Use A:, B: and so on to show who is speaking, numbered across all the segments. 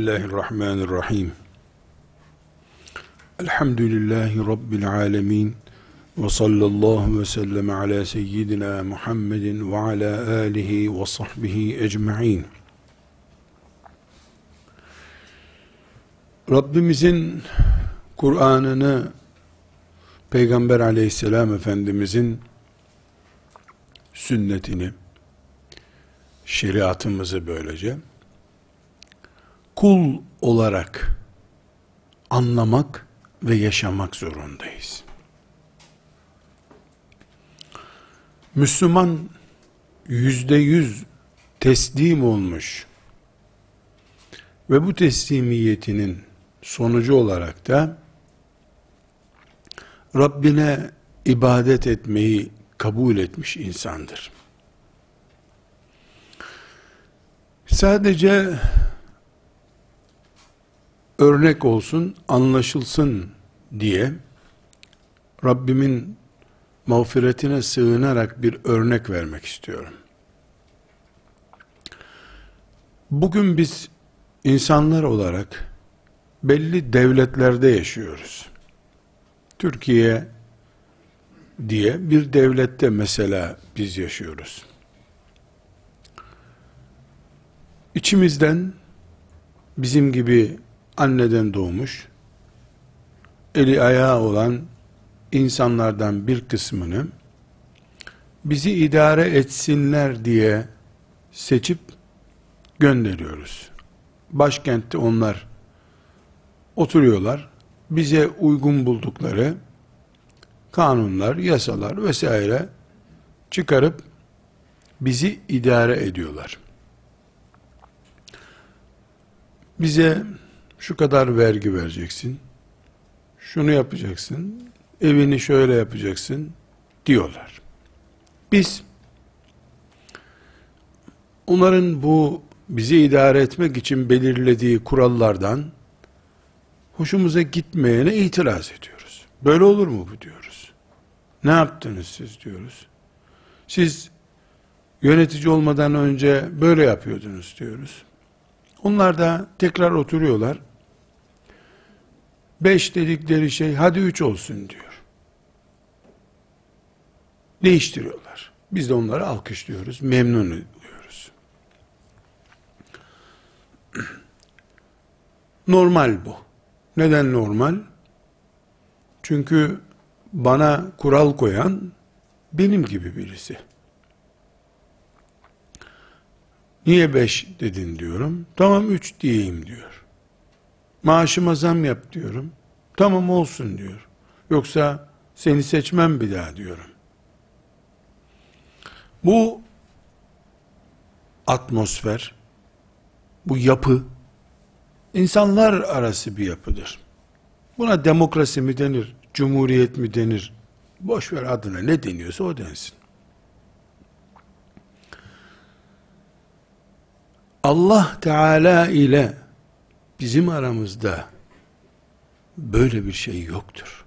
A: Bismillahirrahmanirrahim. Elhamdülillahi Rabbil alemin. Ve sallallahu ve sellem ala seyyidina Muhammedin ve ala alihi ve sahbihi ecma'in. Rabbimizin Kur'an'ını, Peygamber aleyhisselam Efendimizin sünnetini, şeriatımızı böylece kul olarak anlamak ve yaşamak zorundayız. Müslüman %100 teslim olmuş ve bu teslimiyetinin sonucu olarak da Rabbine ibadet etmeyi kabul etmiş insandır. Sadece örnek olsun, anlaşılsın diye Rabbimin mağfiretine sığınarak bir örnek vermek istiyorum. Bugün biz insanlar olarak belli devletlerde yaşıyoruz. Türkiye diye bir devlette mesela biz yaşıyoruz. İçimizden bizim gibi anneden doğmuş, eli ayağı olan insanlardan bir kısmını bizi idare etsinler diye seçip gönderiyoruz. Başkentte onlar oturuyorlar. Bize uygun buldukları kanunlar, yasalar vesaire çıkarıp bizi idare ediyorlar. Bize şu kadar vergi vereceksin, şunu yapacaksın, evini şöyle yapacaksın diyorlar. Biz onların bu bizi idare etmek için belirlediği kurallardan hoşumuza gitmeyene itiraz ediyoruz. Böyle olur mu bu diyoruz. Ne yaptınız siz diyoruz. Siz yönetici olmadan önce böyle yapıyordunuz diyoruz. Onlar da tekrar oturuyorlar. 5 dedikleri şey hadi 3 olsun diyor. Değiştiriyorlar. Biz de onları alkışlıyoruz, memnun oluyoruz. Normal bu. Neden normal? Çünkü bana kural koyan benim gibi birisi. Niye 5 dedin diyorum. Tamam 3 diyeyim diyor. Maaşıma zam yap diyorum. Tamam olsun diyor. Yoksa seni seçmem bir daha diyorum. Bu atmosfer, bu yapı, insanlar arası bir yapıdır. Buna demokrasi mi denir, cumhuriyet mi denir? Boş ver adına ne deniyorsa o densin. Allah Teala ile bizim aramızda böyle bir şey yoktur.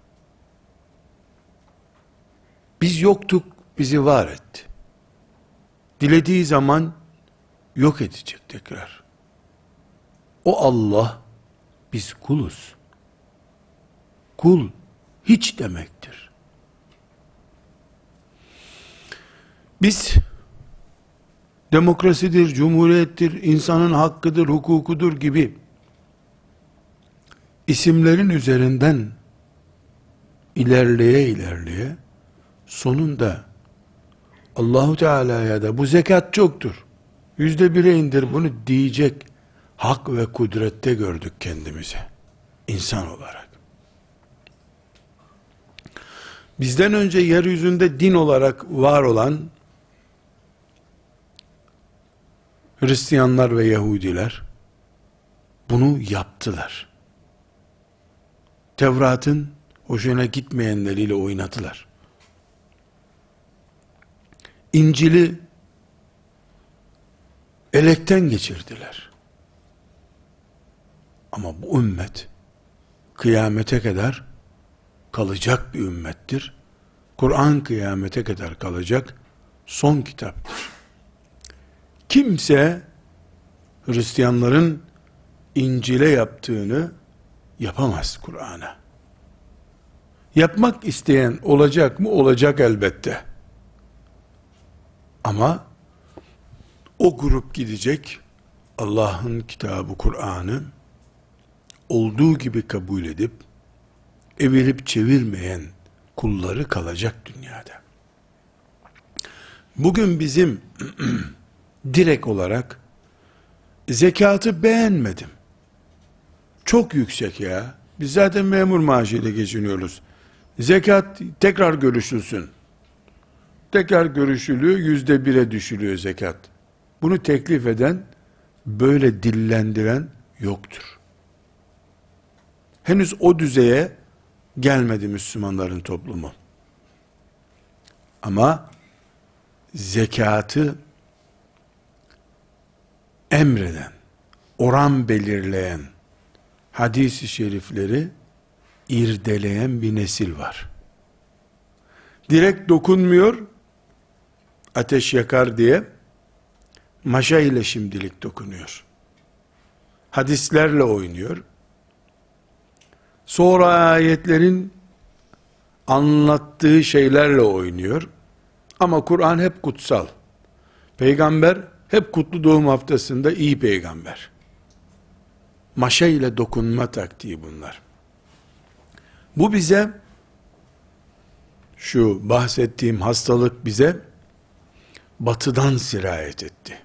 A: Biz yoktuk, bizi var etti. Dilediği zaman yok edecek tekrar. O Allah, biz kuluz. Kul hiç demektir. Biz demokrasidir, cumhuriyettir, insanın hakkıdır, hukukudur gibi isimlerin üzerinden ilerleye sonunda Allahu Teala'ya da bu zekat çoktur, %1'e indir bunu diyecek hak ve kudrette gördük kendimizi insan olarak. Bizden önce yeryüzünde din olarak var olan Hristiyanlar ve Yahudiler bunu yaptılar. Tevrat'ın hoşuna gitmeyenleriyle oynadılar. İncil'i elekten geçirdiler. Ama bu ümmet kıyamete kadar kalacak bir ümmettir. Kur'an kıyamete kadar kalacak son kitaptır. Kimse Hristiyanların İncil'e yaptığını yapamaz Kur'an'a. Yapmak isteyen olacak mı? Olacak elbette. Ama o grup gidecek, Allah'ın kitabı Kur'an'ı olduğu gibi kabul edip evirip çevirmeyen kulları kalacak dünyada. Bugün bizim direkt olarak zekatı beğenmedim. Çok yüksek ya. Biz zaten memur maaşıyla geçiniyoruz. Zekat tekrar görüşülsün. Tekrar görüşülüyor, %1'e düşülüyor zekat. Bunu teklif eden, böyle dillendiren yoktur. Henüz o düzeye gelmedi Müslümanların toplumu. Ama zekatı emreden, oran belirleyen hadis-i şerifleri irdeleyen bir nesil var. Direkt dokunmuyor, ateş yakar diye maşa ile şimdilik dokunuyor. Hadislerle oynuyor. Sonra ayetlerin anlattığı şeylerle oynuyor. Ama Kur'an hep kutsal. Peygamber hep kutlu doğum haftasında iyi peygamber. Maşa ile dokunma taktiği bunlar. Bu bize, şu bahsettiğim hastalık bize batıdan sirayet etti.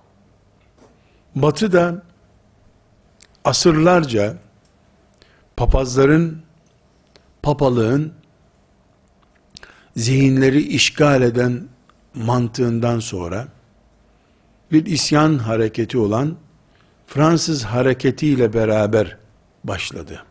A: Batı da asırlarca papazların, papalığın zihinleri işgal eden mantığından sonra bir isyan hareketi olan Fransız hareketiyle beraber başladı.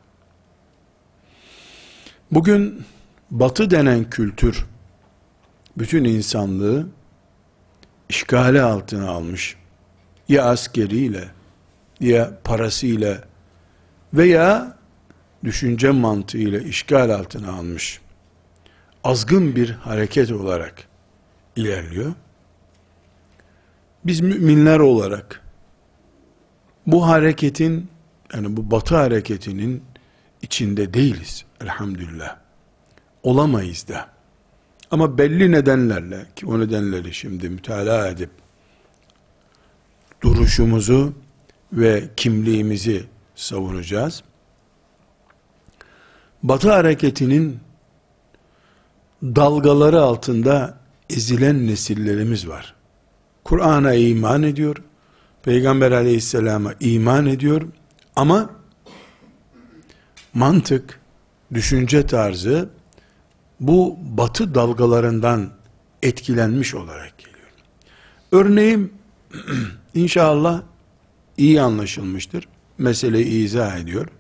A: Bugün Batı denen kültür bütün insanlığı işgale altına almış. Ya askeriyle, ya parasıyla veya düşünce mantığıyla işgal altına almış. Azgın bir hareket olarak ilerliyor. Biz müminler olarak bu hareketin, yani bu Batı hareketinin içinde değiliz elhamdülillah. Olamayız da. Ama belli nedenlerle, ki o nedenleri şimdi mütalaa edip duruşumuzu ve kimliğimizi savunacağız. Batı hareketinin dalgaları altında ezilen nesillerimiz var. Kur'an'a iman ediyor, Peygamber aleyhisselama iman ediyor ama mantık, düşünce tarzı bu Batı dalgalarından etkilenmiş olarak geliyor. Örneğin inşallah iyi anlaşılmıştır. Meseleyi izah ediyor.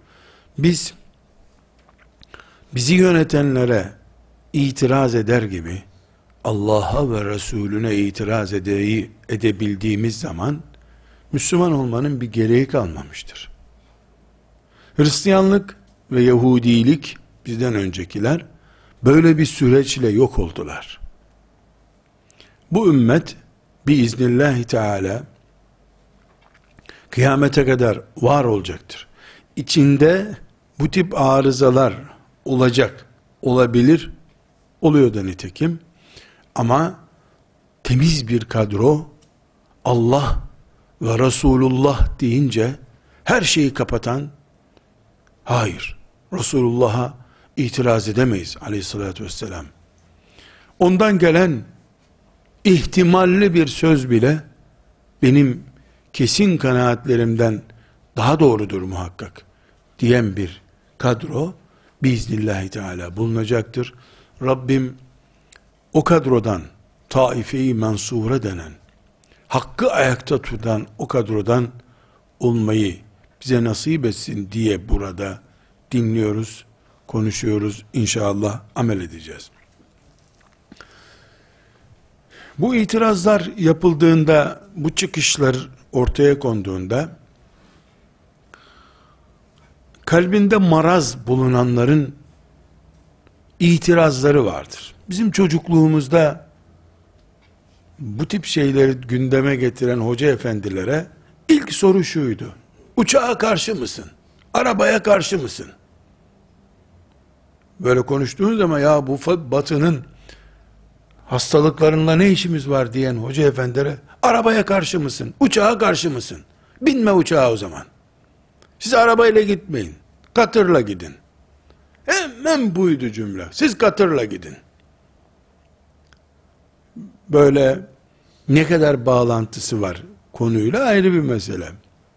A: Bizi yönetenlere itiraz eder gibi Allah'a ve Resulüne itiraz edebildiğimiz zaman Müslüman olmanın bir gereği kalmamıştır. Hristiyanlık ve Yahudilik, bizden öncekiler böyle bir süreçle yok oldular. Bu ümmet biiznillahü teala kıyamete kadar var olacaktır. İçinde bu tip arızalar olacak, olabilir, oluyor da nitekim. Ama temiz bir kadro, Allah ve Resulullah deyince her şeyi kapatan, hayır, Resulullah'a itiraz edemeyiz aleyhissalatü vesselam. Ondan gelen ihtimalli bir söz bile benim kesin kanaatlerimden daha doğrudur muhakkak diyen bir kadro biiznillahü teala bulunacaktır. Rabbim o kadrodan, Taife-i Mansure denen, hakkı ayakta tutan o kadrodan olmayı bize nasip etsin diye burada dinliyoruz, konuşuyoruz, inşallah amel edeceğiz. Bu itirazlar yapıldığında, bu çıkışlar ortaya konduğunda, kalbinde maraz bulunanların itirazları vardır. Bizim çocukluğumuzda bu tip şeyleri gündeme getiren hoca efendilere ilk soru şuydu: Uçağa karşı mısın? Arabaya karşı mısın? Böyle konuştuğunuz zaman ya bu batının hastalıklarında ne işimiz var diyen hoca efendilere arabaya karşı mısın? Uçağa karşı mısın? Binme uçağa o zaman. Siz arabayla gitmeyin. Katırla gidin. Hemen buydu cümle. Siz katırla gidin. Böyle ne kadar bağlantısı var konuyla ayrı bir mesele.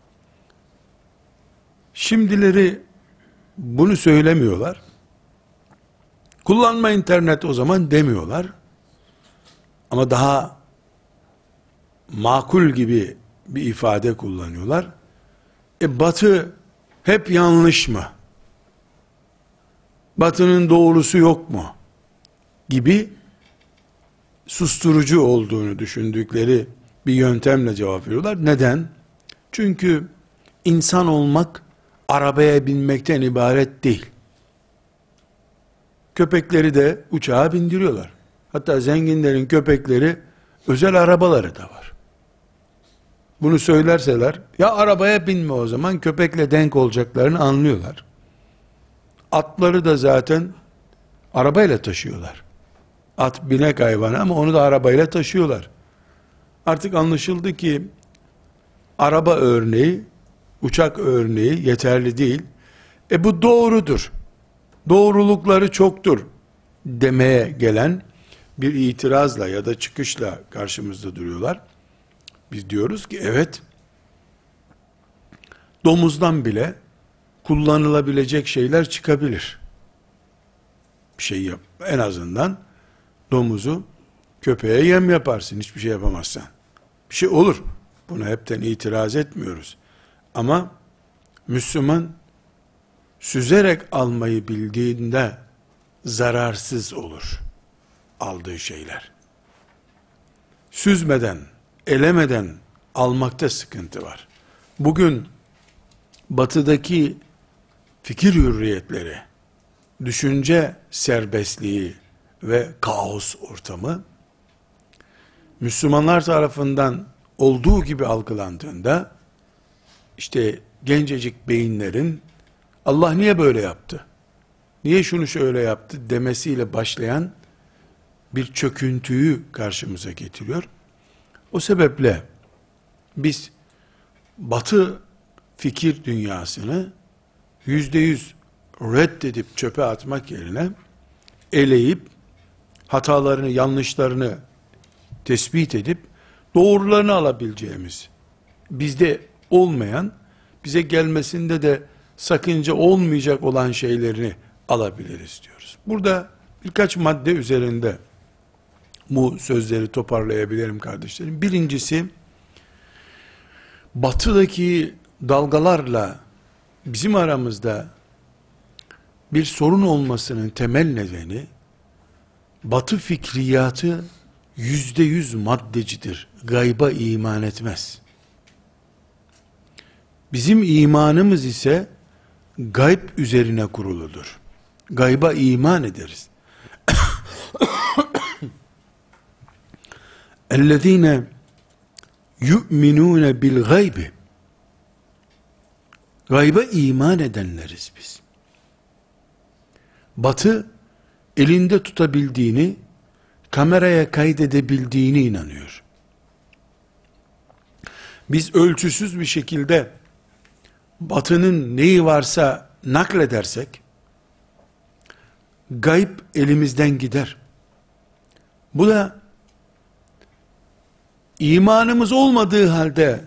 A: Şimdileri bunu söylemiyorlar. Kullanma internet o zaman demiyorlar. Ama daha makul gibi bir ifade kullanıyorlar. Batı hep yanlış mı? Batının doğrusu yok mu? Gibi susturucu olduğunu düşündükleri bir yöntemle cevap veriyorlar. Neden? Çünkü insan olmak arabaya binmekten ibaret değil. Köpekleri de uçağa bindiriyorlar. Hatta zenginlerin köpekleri özel arabaları da var. Bunu söylerseler, ya arabaya binme o zaman köpekle denk olacaklarını anlıyorlar. Atları da zaten arabayla taşıyorlar. At binek hayvanı ama onu da arabayla taşıyorlar. Artık anlaşıldı ki araba örneği, uçak örneği yeterli değil. Bu doğrudur. Doğrulukları çoktur demeye gelen bir itirazla ya da çıkışla karşımızda duruyorlar. Biz diyoruz ki evet, domuzdan bile kullanılabilecek şeyler çıkabilir. Bir şey yap. En azından domuzu köpeğe yem yaparsın, hiçbir şey yapamazsan. Bir şey olur. Buna hepten itiraz etmiyoruz. Ama Müslüman süzerek almayı bildiğinde zararsız olur aldığı şeyler. Süzmeden, elemeden almakta sıkıntı var. Bugün batıdaki fikir hürriyetleri, düşünce serbestliği ve kaos ortamı Müslümanlar tarafından olduğu gibi algılandığında işte gencecik beyinlerin Allah niye böyle yaptı? Niye şunu şöyle yaptı demesiyle başlayan bir çöküntüyü karşımıza getiriyor. O sebeple biz Batı fikir dünyasını %100 reddedip çöpe atmak yerine eleyip hatalarını, yanlışlarını tespit edip doğrularını alabileceğimiz, bizde olmayan, bize gelmesinde de sakınca olmayacak olan şeylerini alabiliriz diyoruz. Burada birkaç madde üzerinde bu sözleri toparlayabilirim kardeşlerim. Birincisi, batıdaki dalgalarla bizim aramızda bir sorun olmasının temel nedeni, batı fikriyatı %100 maddecidir. Gayba iman etmez. Bizim imanımız ise gayb üzerine kuruludur. Gayba iman ederiz. اَلَّذ۪ينَ يُؤْمِنُونَ بِالْغَيْبِ Gayba iman edenleriz biz. Batı, elinde tutabildiğini, kameraya kaydedebildiğini inanıyor. Biz ölçüsüz bir şekilde batının neyi varsa nakledersek, gayb elimizden gider. Bu da imanımız olmadığı halde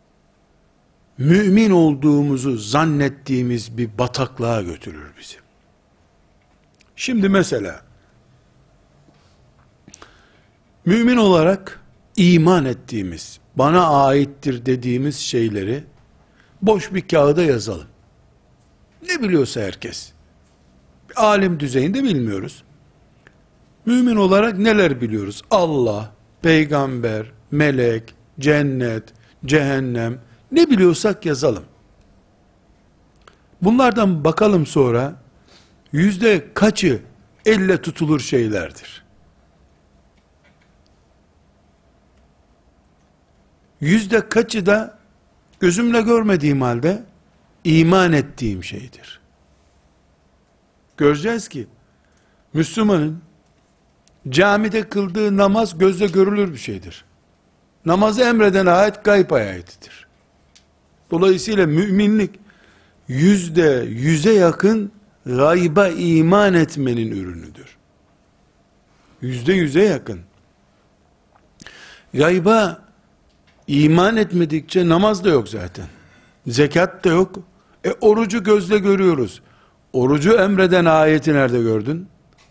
A: mümin olduğumuzu zannettiğimiz bir bataklığa götürür bizi. Şimdi mesela mümin olarak iman ettiğimiz, bana aittir dediğimiz şeyleri boş bir kağıda yazalım. Ne biliyorsa herkes. Alim düzeyinde bilmiyoruz. Mümin olarak neler biliyoruz? Allah, peygamber, melek, cennet, cehennem, ne biliyorsak yazalım. Bunlardan bakalım sonra, yüzde kaçı elle tutulur şeylerdir? Yüzde kaçı da gözümle görmediğim halde iman ettiğim şeydir. Göreceğiz ki Müslümanın camide kıldığı namaz gözle görülür bir şeydir. Namazı emreden ayet gayb ayetidir. Dolayısıyla müminlik %100'e yakın gayba iman etmenin ürünüdür. %100'e yakın. Gayba iman etmedikçe namaz da yok zaten. Zekat da yok. Orucu gözle görüyoruz. Orucu emreden ayeti nerede gördün?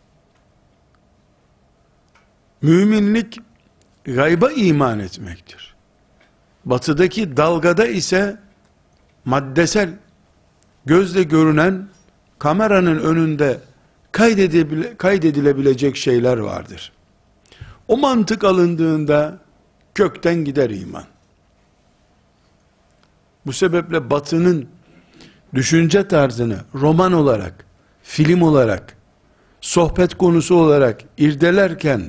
A: Müminlik gayba iman etmektir. Batıdaki dalgada ise maddesel, gözle görünen, kameranın önünde kaydedilebilecek şeyler vardır. O mantık alındığında kökten gider iman. Bu sebeple Batı'nın düşünce tarzını roman olarak, film olarak, sohbet konusu olarak irdelerken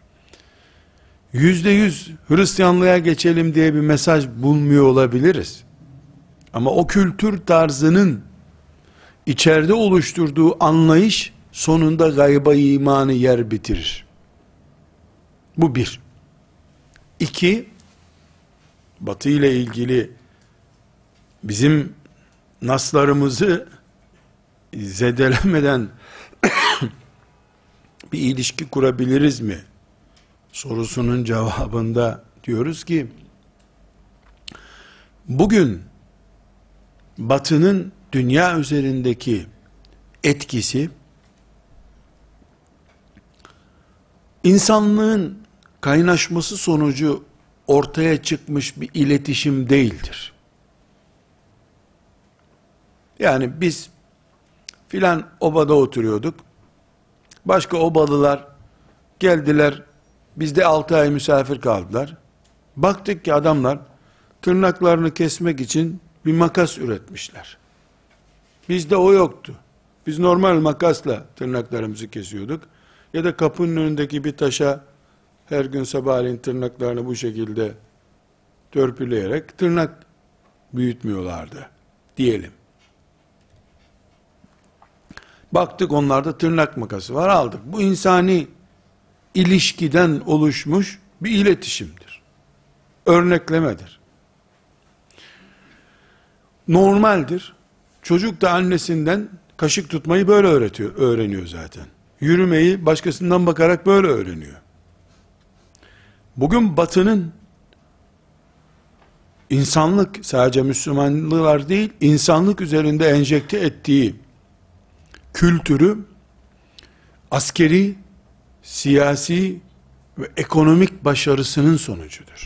A: %100 Hristiyanlığa geçelim diye bir mesaj bulmuyor olabiliriz. Ama o kültür tarzının içeride oluşturduğu anlayış sonunda gayba imanı yer bitirir. Bu bir. İki, Batı ile ilgili bizim naslarımızı zedelemeden bir ilişki kurabiliriz mi sorusunun cevabında diyoruz ki, bugün Batı'nın dünya üzerindeki etkisi, insanlığın kaynaşması sonucu ortaya çıkmış bir iletişim değildir. Yani biz filan obada oturuyorduk, başka obalılar geldiler, bizde 6 ay misafir kaldılar. Baktık ki adamlar tırnaklarını kesmek için bir makas üretmişler. Bizde o yoktu. Biz normal makasla tırnaklarımızı kesiyorduk. Ya da kapının önündeki bir taşa her gün sabahleyin tırnaklarını bu şekilde törpüleyerek tırnak büyütmüyorlardı diyelim. Baktık onlarda tırnak makası var, aldık. Bu insani ilişkiden oluşmuş bir iletişimdir. Örneklemedir. Normaldir. Çocuk da annesinden kaşık tutmayı böyle öğreniyor zaten. Yürümeyi başkasından bakarak böyle öğreniyor. Bugün Batı'nın insanlık, sadece Müslümanlar değil, insanlık üzerinde enjekte ettiği kültürü askeri, siyasi ve ekonomik başarısının sonucudur.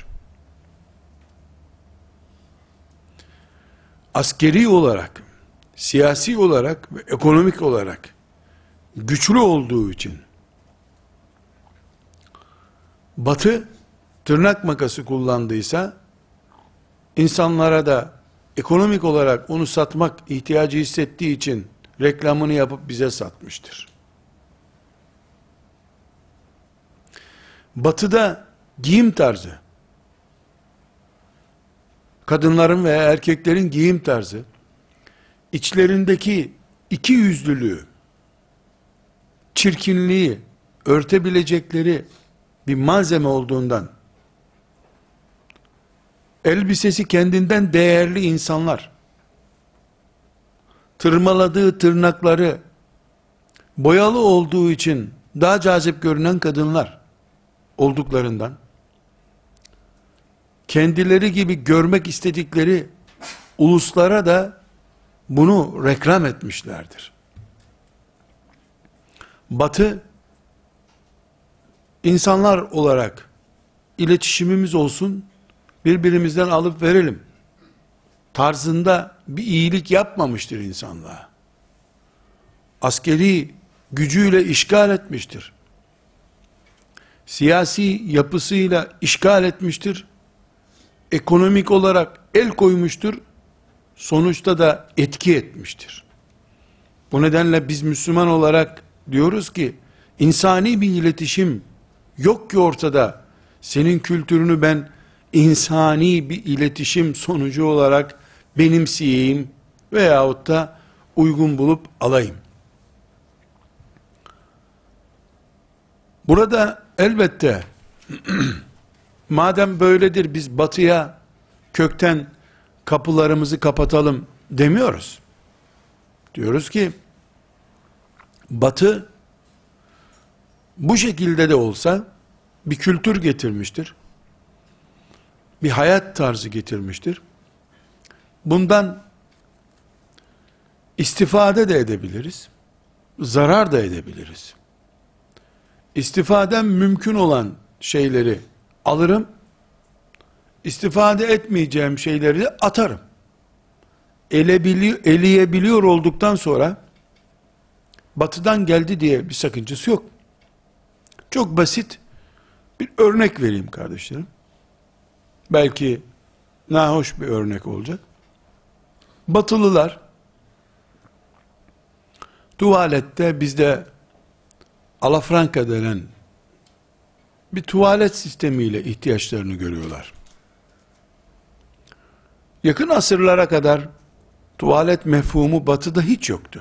A: Askeri olarak, siyasi olarak ve ekonomik olarak güçlü olduğu için Batı tırnak makası kullandıysa, insanlara da ekonomik olarak onu satmak ihtiyacı hissettiği için reklamını yapıp bize satmıştır. Batı'da giyim tarzı, kadınların veya erkeklerin giyim tarzı, içlerindeki ikiyüzlülüğü, çirkinliği örtebilecekleri bir malzeme olduğundan, elbisesi kendinden değerli insanlar, tırmaladığı tırnakları boyalı olduğu için daha cazip görünen kadınlar olduklarından, kendileri gibi görmek istedikleri uluslara da bunu reklam etmişlerdir. Batı, insanlar olarak iletişimimiz olsun, birbirimizden alıp verelim tarzında bir iyilik yapmamıştır insanlığa. Askeri gücüyle işgal etmiştir. Siyasi yapısıyla işgal etmiştir. Ekonomik olarak el koymuştur. Sonuçta da etki etmiştir. Bu nedenle biz Müslüman olarak diyoruz ki, insani bir iletişim yok ki ortada. Senin kültürünü ben insani bir iletişim sonucu olarak benimseyeyim veyahut da uygun bulup alayım. Burada elbette madem böyledir biz batıya kökten kapılarımızı kapatalım demiyoruz. Diyoruz ki batı bu şekilde de olsa bir kültür getirmiştir. Bir hayat tarzı getirmiştir. Bundan istifade de edebiliriz. Zarar da edebiliriz. İstifadem mümkün olan şeyleri alırım. İstifade etmeyeceğim şeyleri de atarım. Eleyebiliyor olduktan sonra batıdan geldi diye bir sakıncası yok. Çok basit bir örnek vereyim kardeşlerim. Belki nahoş bir örnek olacak. Batılılar tuvalette bizde alafranka denen bir tuvalet sistemiyle ihtiyaçlarını görüyorlar. Yakın asırlara kadar tuvalet mefhumu batıda hiç yoktu.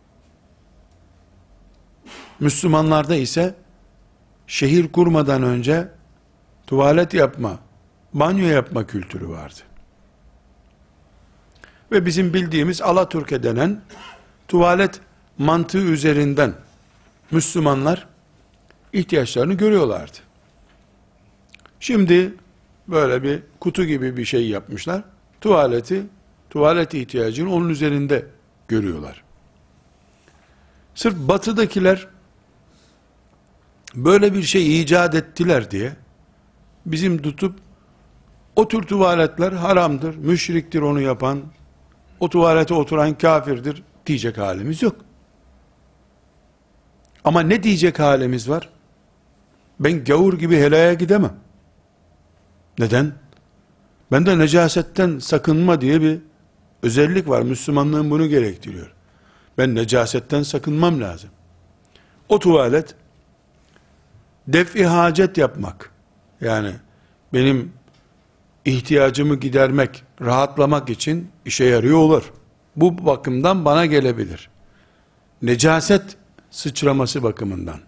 A: Müslümanlarda ise şehir kurmadan önce tuvalet yapma, banyo yapma kültürü vardı. Ve bizim bildiğimiz Alaturka denen tuvalet mantığı üzerinden Müslümanlar ihtiyaçlarını görüyorlardı. Şimdi böyle bir kutu gibi bir şey yapmışlar. Tuvalet ihtiyacını onun üzerinde görüyorlar. Sırf batıdakiler böyle bir şey icat ettiler diye bizim tutup o tür tuvaletler haramdır, müşriktir onu yapan, o tuvalete oturan kafirdir diyecek halimiz yok. Ama ne diyecek halimiz var? Ben gavur gibi helaya gidemem. Neden? Bende necasetten sakınma diye bir özellik var. Müslümanlığın bunu gerektiriyor. Ben necasetten sakınmam lazım. O tuvalet def-i hacet yapmak, yani benim ihtiyacımı gidermek, rahatlamak için işe yarıyor olur. Bu bakımdan bana gelebilir. Necaset sıçraması bakımından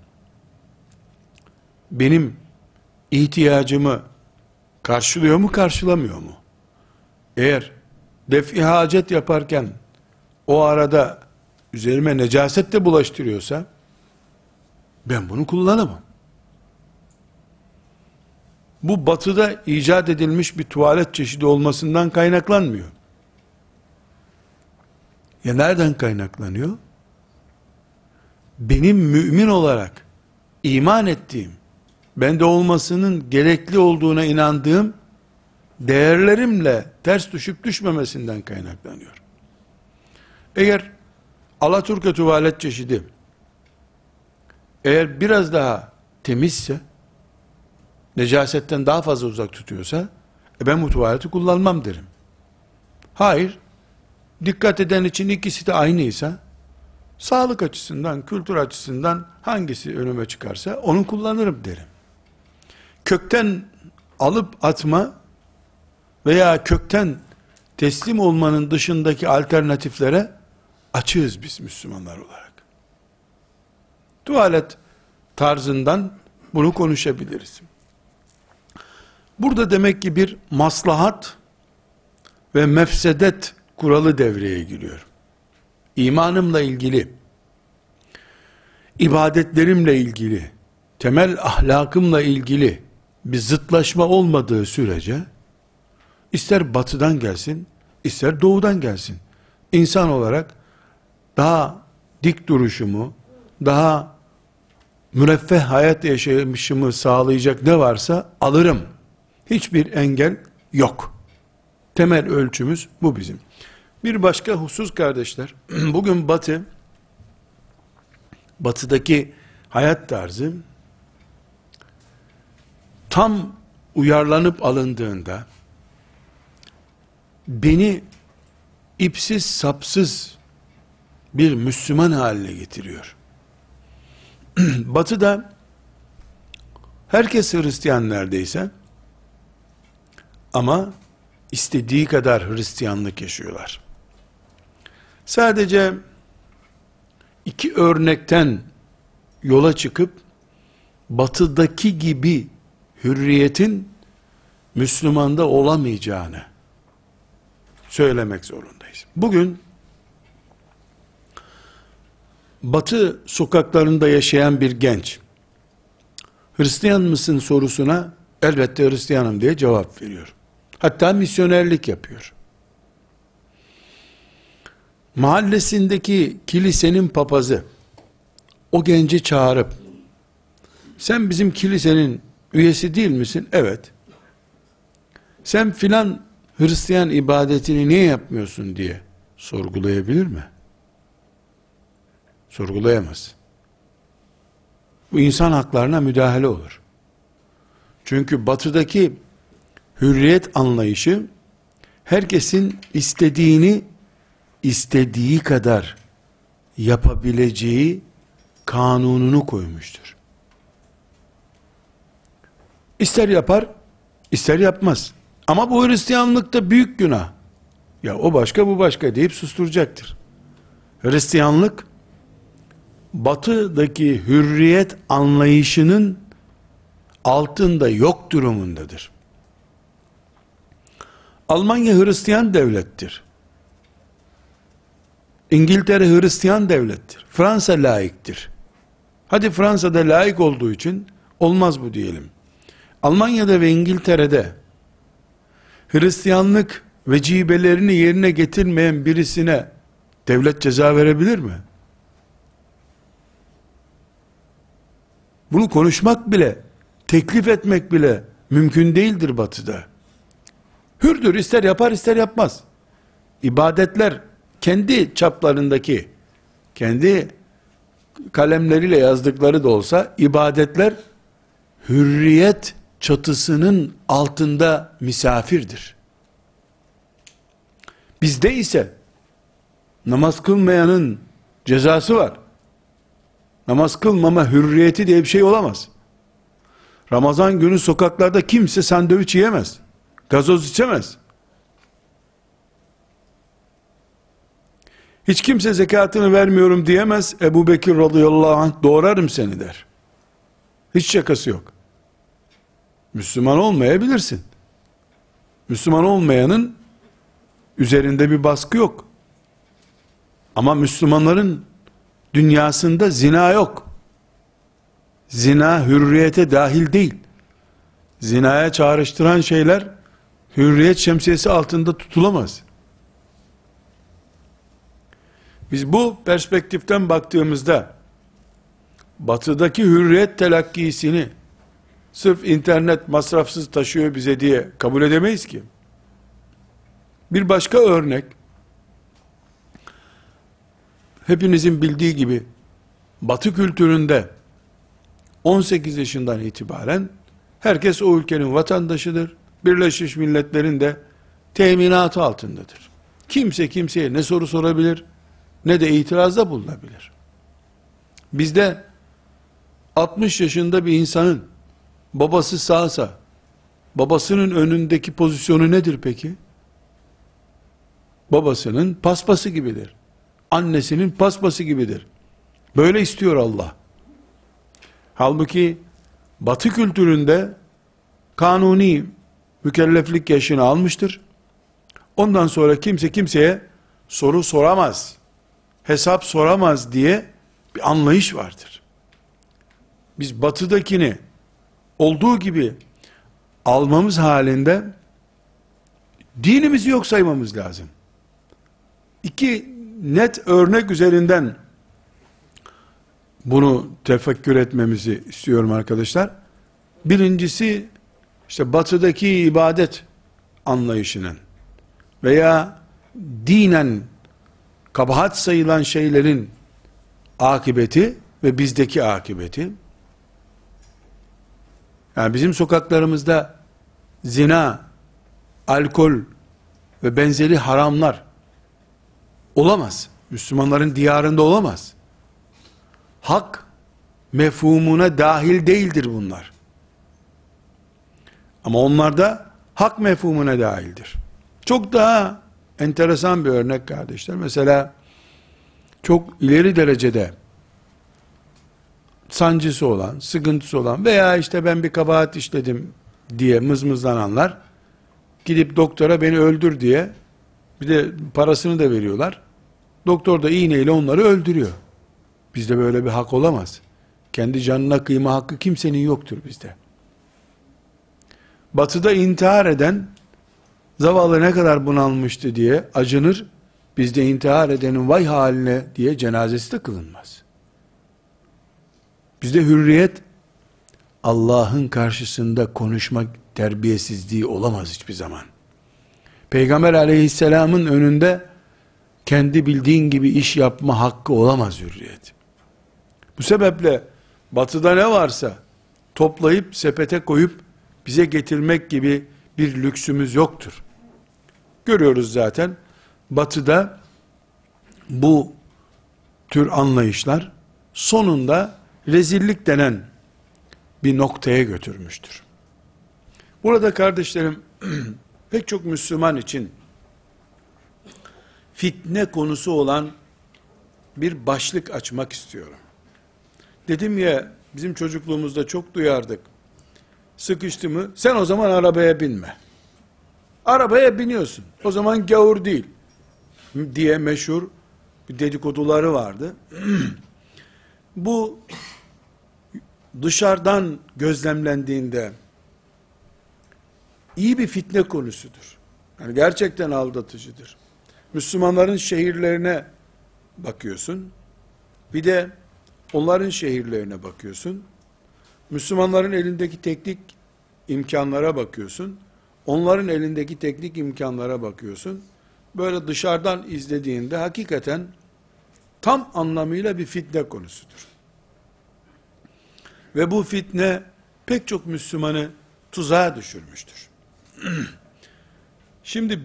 A: benim ihtiyacımı karşılıyor mu, karşılamıyor mu? Eğer def-i hacet yaparken o arada üzerime necaset de bulaştırıyorsa ben bunu kullanamam. Bu batıda icat edilmiş bir tuvalet çeşidi olmasından kaynaklanmıyor. Ya nereden kaynaklanıyor? Benim mümin olarak iman ettiğim, bende olmasının gerekli olduğuna inandığım değerlerimle ters düşüp düşmemesinden kaynaklanıyor. Eğer Alaturka tuvalet çeşidi eğer biraz daha temizse, necasetten daha fazla uzak tutuyorsa, ben bu tuvaleti kullanmam derim. Hayır, dikkat eden için ikisi de aynıysa, sağlık açısından, kültür açısından hangisi önüme çıkarsa onu kullanırım derim. Kökten alıp atma veya kökten teslim olmanın dışındaki alternatiflere açığız biz Müslümanlar olarak. Tuvalet tarzından bunu konuşabiliriz. Burada demek ki bir maslahat ve mefsedet kuralı devreye giriyor. İmanımla ilgili, ibadetlerimle ilgili, temel ahlakımla ilgili bir zıtlaşma olmadığı sürece, ister batıdan gelsin, ister doğudan gelsin, İnsan olarak daha dik duruşumu, daha müreffeh hayat yaşamışımı sağlayacak ne varsa alırım. Hiçbir engel yok. Temel ölçümüz bu bizim. Bir başka husus kardeşler, bugün batıdaki hayat tarzı tam uyarlanıp alındığında beni ipsiz sapsız bir Müslüman haline getiriyor. Batı'da herkes Hristiyan neredeyse, Ama istediği kadar Hristiyanlık yaşıyorlar. Sadece iki örnekten yola çıkıp batıdaki gibi hürriyetin Müslümanda olamayacağını söylemek zorundayız. Bugün Batı sokaklarında yaşayan bir genç, Hristiyan mısın sorusuna elbette Hristiyanım diye cevap veriyor. Hatta misyonerlik yapıyor. Mahallesindeki kilisenin papazı o genci çağırıp, sen bizim kilisenin üyesi değil misin? Evet. Sen filan Hristiyan ibadetini niye yapmıyorsun diye sorgulayabilir mi? Sorgulayamaz. Bu insan haklarına müdahale olur. Çünkü batıdaki hürriyet anlayışı herkesin istediğini istediği kadar yapabileceği kanununu koymuştur. İster yapar, ister yapmaz. Ama bu Hristiyanlıkta büyük günah. Ya o başka, bu başka deyip susturacaktır. Hristiyanlık, batıdaki hürriyet anlayışının altında yok durumundadır. Almanya Hristiyan devlettir. İngiltere Hristiyan devlettir. Fransa laiktir. Hadi Fransa'da laik olduğu için olmaz bu diyelim. Almanya'da ve İngiltere'de Hristiyanlık vecibelerini yerine getirmeyen birisine devlet ceza verebilir mi? Bunu konuşmak bile, teklif etmek bile mümkün değildir batıda. Hürdür, ister yapar ister yapmaz. İbadetler kendi çaplarındaki, kendi kalemleriyle yazdıkları da olsa, ibadetler hürriyet çatısının altında misafirdir. Bizde ise namaz kılmayanın cezası var. Namaz kılmama hürriyeti diye bir şey olamaz. Ramazan günü sokaklarda kimse sandviç yiyemez. Gazoz içemez. Hiç kimse zekatını vermiyorum diyemez. Ebu Bekir radıyallahu anh doğrarım seni der. Hiç şakası yok. Müslüman olmayabilirsin. Müslüman olmayanın üzerinde bir baskı yok. Ama Müslümanların dünyasında zina yok. Zina hürriyete dahil değil. Zinaya çağrıştıran şeyler hürriyet şemsiyesi altında tutulamaz. Biz bu perspektiften baktığımızda batıdaki hürriyet telakkisini sırf internet masrafsız taşıyor bize diye kabul edemeyiz ki. Bir başka örnek, hepinizin bildiği gibi Batı kültüründe 18 yaşından itibaren herkes o ülkenin vatandaşıdır. Birleşmiş Milletler'in de teminatı altındadır. Kimse kimseye ne soru sorabilir ne de itirazda bulunabilir. Bizde 60 yaşında bir insanın babası sağsa babasının önündeki pozisyonu nedir peki? Babasının paspası gibidir. Annesinin paspası gibidir. Böyle istiyor Allah. Halbuki Batı kültüründe kanuni mükelleflik yaşını almıştır. Ondan sonra kimse kimseye soru soramaz, hesap soramaz diye bir anlayış vardır. Biz batıdakini olduğu gibi almamız halinde dinimizi yok saymamız lazım. İki net örnek üzerinden bunu tefekkür etmemizi istiyorum arkadaşlar. Birincisi, işte batıdaki ibadet anlayışının veya dinen kabahat sayılan şeylerin akıbeti ve bizdeki akıbeti. Yani bizim sokaklarımızda zina, alkol ve benzeri haramlar olamaz. Müslümanların diyarında olamaz. Hak mefhumuna dahil değildir bunlar. Ama onlarda hak mefhumuna dahildir. Çok daha enteresan bir örnek kardeşler. Mesela çok ileri derecede sancısı olan, sıkıntısı olan veya işte ben bir kabahat işledim diye mızmızlananlar gidip doktora beni öldür diye, bir de parasını da veriyorlar. Doktor da iğneyle onları öldürüyor. Bizde böyle bir hak olamaz. Kendi canına kıyma hakkı kimsenin yoktur bizde. Batı'da intihar eden zavallı ne kadar bunalmıştı diye acınır. Bizde intihar edenin vay haline diye cenazesi de kılınmaz. Bizde hürriyet Allah'ın karşısında konuşma terbiyesizliği olamaz hiçbir zaman. Peygamber aleyhisselamın önünde kendi bildiğin gibi iş yapma hakkı olamaz hürriyet. Bu sebeple batıda ne varsa toplayıp sepete koyup bize getirmek gibi bir lüksümüz yoktur. Görüyoruz zaten batıda bu tür anlayışlar sonunda rezillik denen bir noktaya götürmüştür. Burada kardeşlerim pek çok Müslüman için fitne konusu olan bir başlık açmak istiyorum. Dedim ya, bizim çocukluğumuzda çok duyardık. Sıkıştı mı sen o zaman arabaya binme. Arabaya biniyorsun. O zaman gavur değil diye meşhur bir dedikoduları vardı. Bu dışarıdan gözlemlendiğinde iyi bir fitne konusudur. Yani gerçekten aldatıcıdır. Müslümanların şehirlerine bakıyorsun. Bir de onların şehirlerine bakıyorsun. Müslümanların elindeki teknik imkanlara bakıyorsun. Onların elindeki teknik imkanlara bakıyorsun. Böyle dışarıdan izlediğinde hakikaten tam anlamıyla bir fitne konusudur. Ve bu fitne pek çok Müslümanı tuzağa düşürmüştür. Şimdi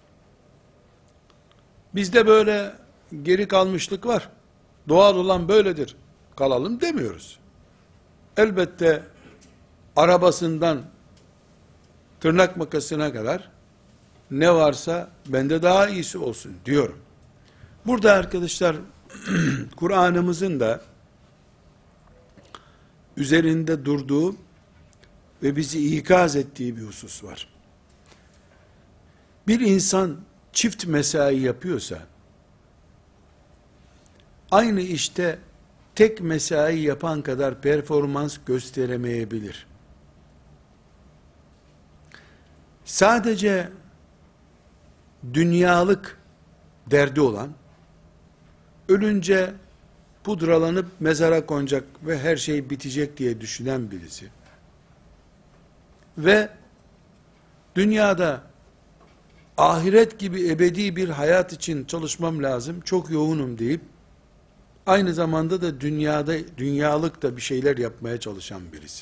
A: bizde böyle geri kalmışlık var. Doğal olan böyledir. Kalalım demiyoruz. Elbette arabasından tırnak makasına kadar ne varsa bende daha iyisi olsun diyorum. Burada arkadaşlar Kur'an'ımızın da üzerinde durduğu ve bizi ikaz ettiği bir husus var. Bir insan çift mesai yapıyorsa aynı işte tek mesai yapan kadar performans gösteremeyebilir. Sadece dünyalık derdi olan, ölünce pudralanıp mezara konacak ve her şey bitecek diye düşünen birisi ve dünyada ahiret gibi ebedi bir hayat için çalışmam lazım, çok yoğunum deyip aynı zamanda da dünyalık da bir şeyler yapmaya çalışan birisi.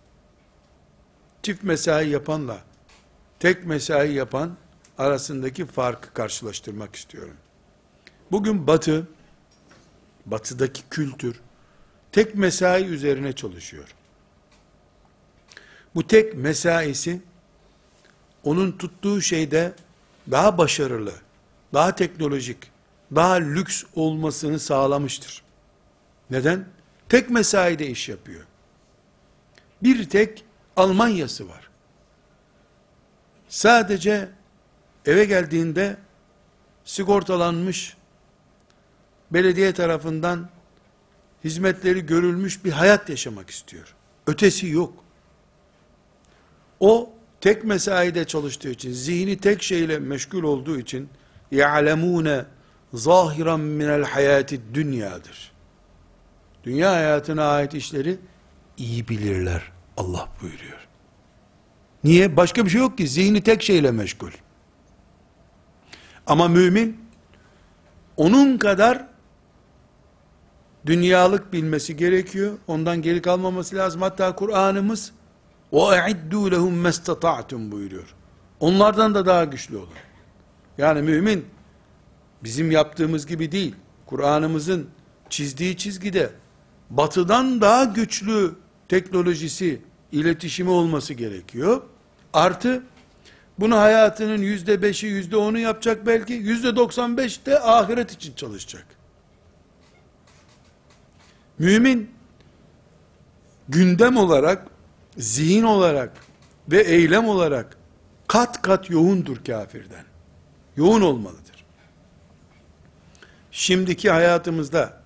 A: Çift mesai yapanla tek mesai yapan arasındaki farkı karşılaştırmak istiyorum. Bugün batıdaki kültür tek mesai üzerine çalışıyor. Bu tek mesaisi onun tuttuğu şeyde daha başarılı, daha teknolojik, daha lüks olmasını sağlamıştır. Neden? Tek mesaide iş yapıyor. Bir tek Almanya'sı var. Sadece eve geldiğinde sigortalanmış, belediye tarafından hizmetleri görülmüş bir hayat yaşamak istiyor. Ötesi yok. O tek mesaide çalıştığı için, zihni tek şeyle meşgul olduğu için يَعْلَمُونَ ظَاهِرًا مِنَ الْحَيَاتِ dünyadır. Dünya hayatına ait işleri iyi bilirler. Allah buyuruyor. Niye? Başka bir şey yok ki. Zihni tek şeyle meşgul. Ama mümin onun kadar dünyalık bilmesi gerekiyor. Ondan geri kalmaması lazım. Hatta Kur'an'ımız وَاَعِدُّوا لَهُمْ مَسْتَطَعْتُمْ buyuruyor. Onlardan da daha güçlü olun. Yani mümin bizim yaptığımız gibi değil. Kur'an'ımızın çizdiği çizgide batıdan daha güçlü teknolojisi, iletişimi olması gerekiyor. Artı Bunu hayatının %5'i, %10'u yapacak belki. %95 de ahiret için çalışacak. Mümin, gündem olarak, zihin olarak ve eylem olarak kat kat yoğundur kafirden. Yoğun olmalıdır. Şimdiki hayatımızda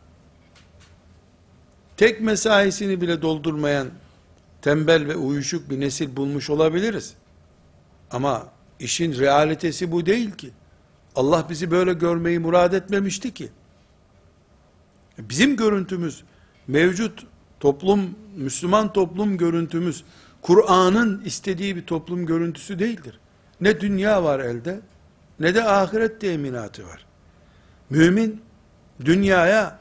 A: tek mesaisini bile doldurmayan tembel ve uyuşuk bir nesil bulmuş olabiliriz. Ama işin realitesi bu değil ki. Allah bizi böyle görmeyi murad etmemişti ki. Bizim görüntümüz, mevcut toplum, Müslüman toplum görüntümüz, Kur'an'ın istediği bir toplum görüntüsü değildir. Ne dünya var elde, ne de ahiret teminatı var. Mümin, dünyaya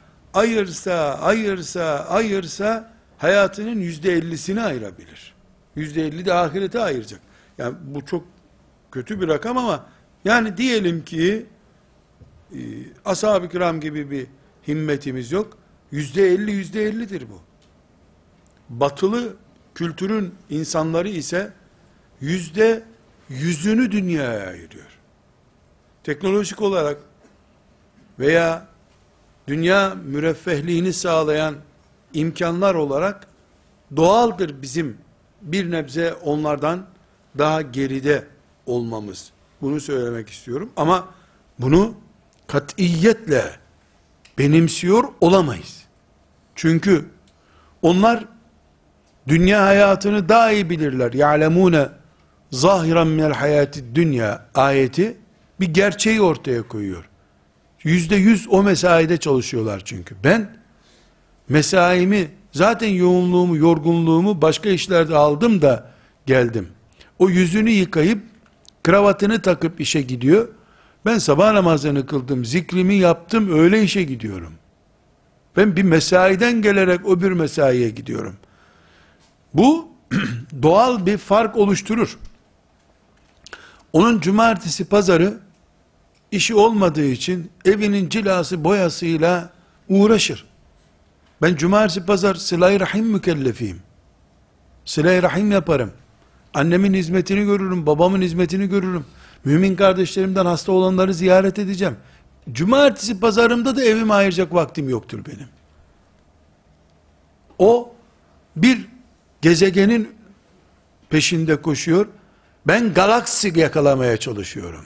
A: ayırsa, hayatının %50'sini ayırabilir. %50 de ahirete ayıracak. Yani bu çok kötü bir rakam ama, yani diyelim ki, ashab-ı kiram gibi bir himmetimiz yok. %50'dir bu. Batılı kültürün insanları ise %100'ünü dünyaya ayırıyor. Teknolojik olarak veya dünya müreffehliğini sağlayan imkanlar olarak doğaldır bizim bir nebze onlardan daha geride olmamız. Bunu söylemek istiyorum ama bunu katiyetle benimsiyor olamayız. Çünkü onlar dünya hayatını daha iyi bilirler. Ya'lemune zahiran minel hayati dünya ayeti bir gerçeği ortaya koyuyor. %100 o mesaide çalışıyorlar çünkü. Ben mesaimi, zaten yoğunluğumu, yorgunluğumu başka işlerde aldım da geldim. O yüzünü yıkayıp kravatını takıp işe gidiyor. Ben sabah namazını kıldım, zikrimi yaptım, öyle işe gidiyorum. Ben bir mesaiden gelerek öbür mesaiye gidiyorum. Bu doğal bir fark oluşturur. Onun cumartesi pazarı işi olmadığı için evinin cilası boyasıyla uğraşır. Ben cumartesi pazar sıla-i rahim mükellefiyim. Sıla-i rahim yaparım. Annemin hizmetini görürüm, babamın hizmetini görürüm. Mümin kardeşlerimden hasta olanları ziyaret edeceğim. Cumartesi pazarımda da evime ayıracak vaktim yoktur benim. O bir gezegenin peşinde koşuyor. Ben galaksi yakalamaya çalışıyorum.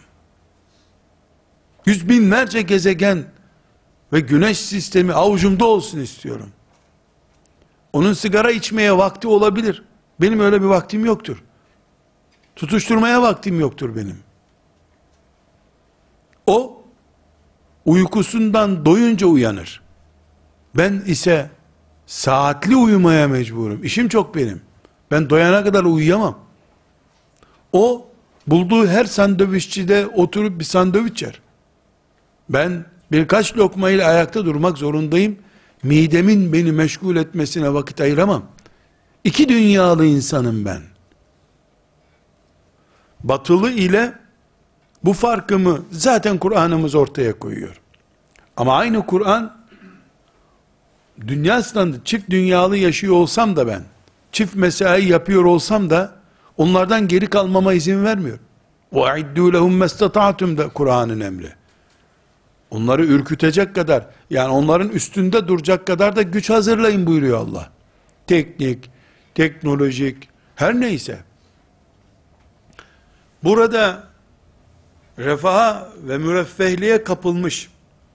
A: Yüz binlerce gezegen ve güneş sistemi avucumda olsun istiyorum. Onun sigara içmeye vakti olabilir. Benim öyle bir vaktim yoktur. Tutuşturmaya vaktim yoktur benim. O uykusundan doyunca uyanır. Ben ise saatli uyumaya mecburum. İşim çok benim. Ben doyana kadar uyuyamam. O bulduğu her sandviççide oturup bir sandviç yer. Ben birkaç lokma ile ayakta durmak zorundayım. Midemin beni meşgul etmesine vakit ayıramam. İki dünyalı insanım ben. Batılı ile bu farkımı zaten Kur'an'ımız ortaya koyuyor. Ama aynı Kur'an, dünya standı, çift dünyalı yaşıyor olsam da ben, çift mesai yapıyor olsam da, onlardan geri kalmama izin vermiyor. وَاِدُّوا لَهُمْ مَسْتَطَعْتُمْ da Kur'an'ın emri. Onları ürkütecek kadar, yani onların üstünde duracak kadar da güç hazırlayın buyuruyor Allah. Teknik, teknolojik, her neyse. Burada refaha ve müreffehliğe kapılmış,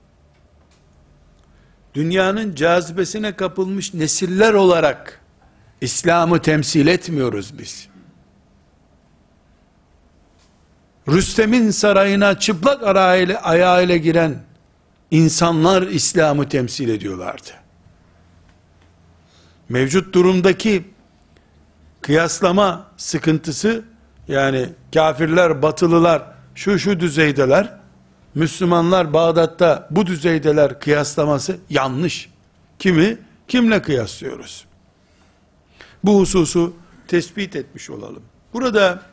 A: dünyanın cazibesine kapılmış nesiller olarak İslam'ı temsil etmiyoruz biz. Rüstem'in sarayına çıplak ayağıyla giren insanlar İslam'ı temsil ediyorlardı. Mevcut durumdaki kıyaslama sıkıntısı, yani kafirler, batılılar şu düzeydeler, Müslümanlar Bağdat'ta bu düzeydeler kıyaslaması yanlış. Kimle kıyaslıyoruz? Bu hususu tespit etmiş olalım. Burada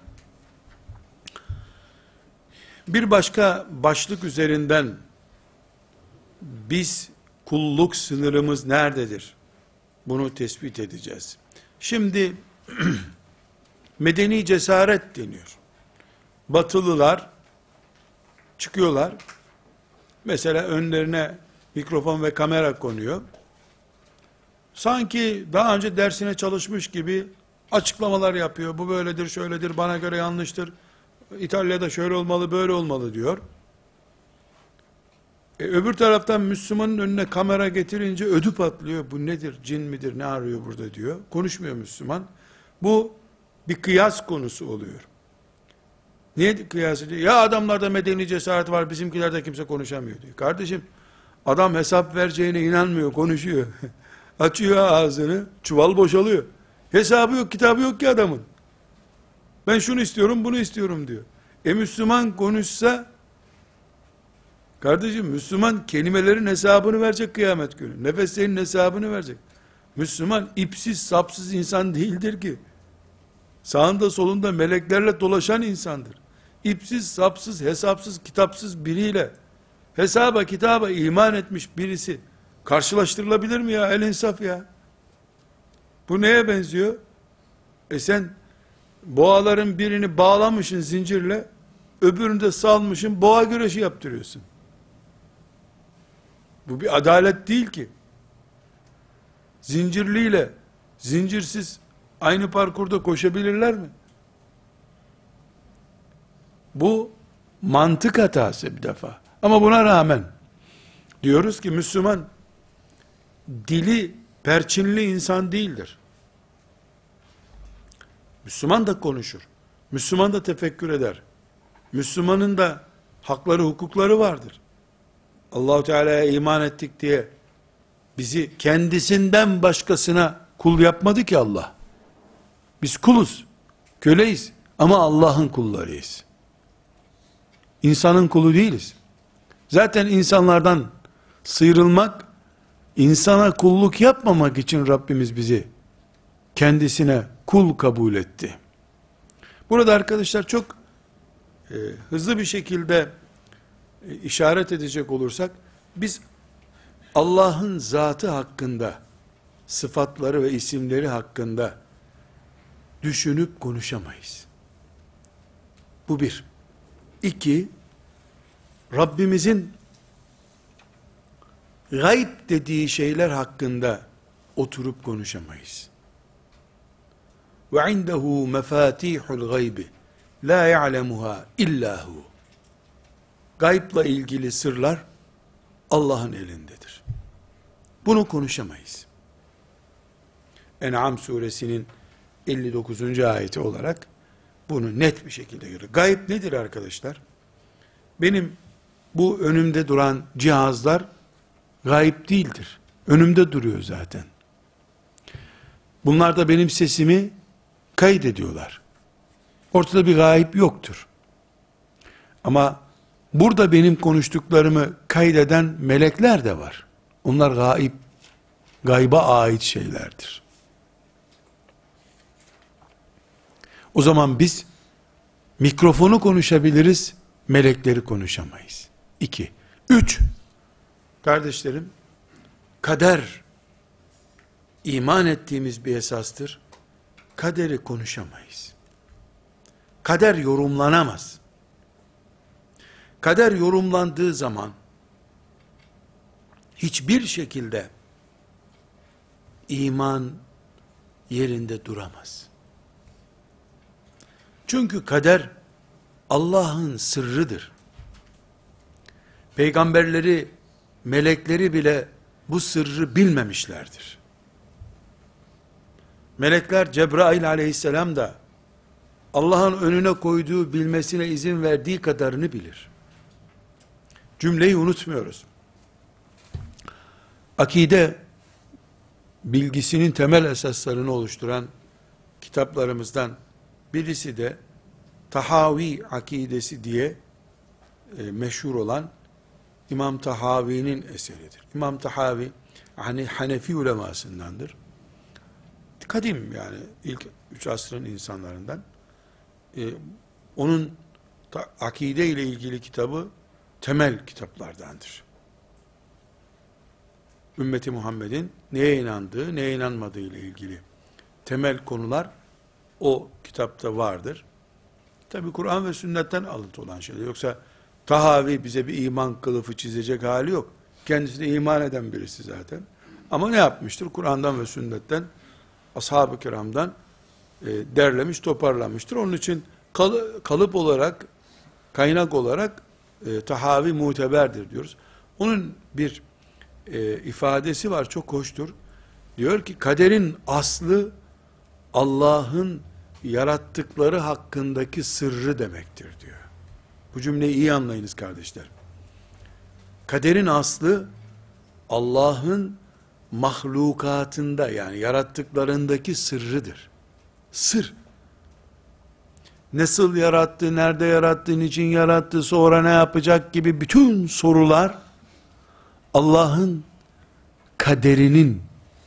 A: bir başka başlık üzerinden biz kulluk sınırımız nerededir? Bunu tespit edeceğiz. Şimdi medeni cesaret deniyor. Batılılar çıkıyorlar. Mesela önlerine mikrofon ve kamera konuyor. Sanki daha önce dersine çalışmış gibi açıklamalar yapıyor. Bu böyledir, şöyledir, bana göre yanlıştır. İtalya'da şöyle olmalı, böyle olmalı diyor. Öbür taraftan Müslümanın önüne kamera getirince ödü patlıyor. Bu nedir, cin midir, ne arıyor burada diyor. Konuşmuyor Müslüman. Bu bir kıyas konusu oluyor. Niye kıyas ediyor? Ya adamlarda medeni cesaret var, bizimkilerde kimse konuşamıyor diyor. Kardeşim, adam hesap vereceğine inanmıyor, konuşuyor. Açıyor ağzını, çuval boşalıyor. Hesabı yok, kitabı yok ki adamın. Ben şunu istiyorum, bunu istiyorum diyor. Müslüman konuşsa, kardeşim Müslüman kelimelerin hesabını verecek kıyamet günü. Nefeslerin hesabını verecek. Müslüman ipsiz sapsız insan değildir ki. Sağında solunda meleklerle dolaşan insandır. İpsiz sapsız hesapsız kitapsız biriyle hesaba kitaba iman etmiş birisi karşılaştırılabilir mi ya? El insaf ya. Bu neye benziyor? Sen boğaların birini bağlamışsın zincirle, öbürünü de salmışsın, boğa güreşi yaptırıyorsun. Bu bir adalet değil ki. Zincirliyle zincirsiz aynı parkurda koşabilirler mi? Bu mantık hatası bir defa. Ama buna rağmen diyoruz ki Müslüman dili perçinli insan değildir. Müslüman da konuşur. Müslüman da tefekkür eder. Müslümanın da hakları, hukukları vardır. Allah-u Teala'ya iman ettik diye bizi kendisinden başkasına kul yapmadı ki Allah. Biz kuluz, köleyiz ama Allah'ın kullarıyız. İnsanın kulu değiliz. Zaten insanlardan sıyrılmak, insana kulluk yapmamak için Rabbimiz bizi kendisine kul kabul etti. Burada arkadaşlar çok hızlı bir şekilde işaret edecek olursak, biz Allah'ın zatı hakkında, sıfatları ve isimleri hakkında düşünüp konuşamayız. Bu bir. İki, Rabbimizin gayb dediği şeyler hakkında oturup konuşamayız. Ve indehu mefatihul gaybi la ya'lemuha illa hu. Gaybla ilgili sırlar Allah'ın elindedir. Bunu konuşamayız. En'am suresinin 59. ayeti olarak bunu net bir şekilde görüyor. Gayb nedir arkadaşlar? Benim bu önümde duran cihazlar gayb değildir. Önümde duruyor zaten. Bunlar da benim sesimi kaydediyorlar. Ortada bir gayb yoktur. Ama burada benim konuştuklarımı kaydeden melekler de var. Onlar gayb, gayba ait şeylerdir. O zaman biz mikrofonu konuşabiliriz, melekleri konuşamayız. 2. 3. Kardeşlerim, kader iman ettiğimiz bir esastır. Kaderi konuşamayız. Kader yorumlanamaz. Kader yorumlandığı zaman hiçbir şekilde iman yerinde duramaz. Çünkü kader Allah'ın sırrıdır. Peygamberleri, melekleri bile bu sırrı bilmemişlerdir. Melekler Cebrail aleyhisselam da Allah'ın önüne koyduğu, bilmesine izin verdiği kadarını bilir. Cümleyi unutmuyoruz. Akide bilgisinin temel esaslarını oluşturan kitaplarımızdan birisi de Tahavi akidesi diye meşhur olan İmam Tahavi'nin eseridir. İmam Tahavi hani Hanefi ulemasındandır. Kadim yani ilk 3 asrın insanlarından. Onun akide ile ilgili kitabı temel kitaplardandır. Ümmeti Muhammed'in neye inandığı, neye inanmadığı ile ilgili temel konular o kitapta vardır. Tabi Kur'an ve sünnetten alıntı olan şeyler. Yoksa Tahavi bize bir iman kılıfı çizecek hali yok. Kendisi de iman eden birisi zaten. Ama ne yapmıştır? Kur'an'dan ve sünnetten, ashab-ı kiramdan derlemiş, toparlamıştır. Onun için kalıp olarak, kaynak olarak Tahavi muteberdir diyoruz. Onun bir ifadesi var, çok hoştur. Diyor ki, kaderin aslı Allah'ın yarattıkları hakkındaki sırrı demektir diyor. Bu cümleyi iyi anlayınız kardeşler. Kaderin aslı Allah'ın mahlukatında, yani yarattıklarındaki sırrıdır. Sır. Nasıl yarattı, nerede yarattı, niçin yarattı, sonra ne yapacak gibi bütün sorular Allah'ın kaderinin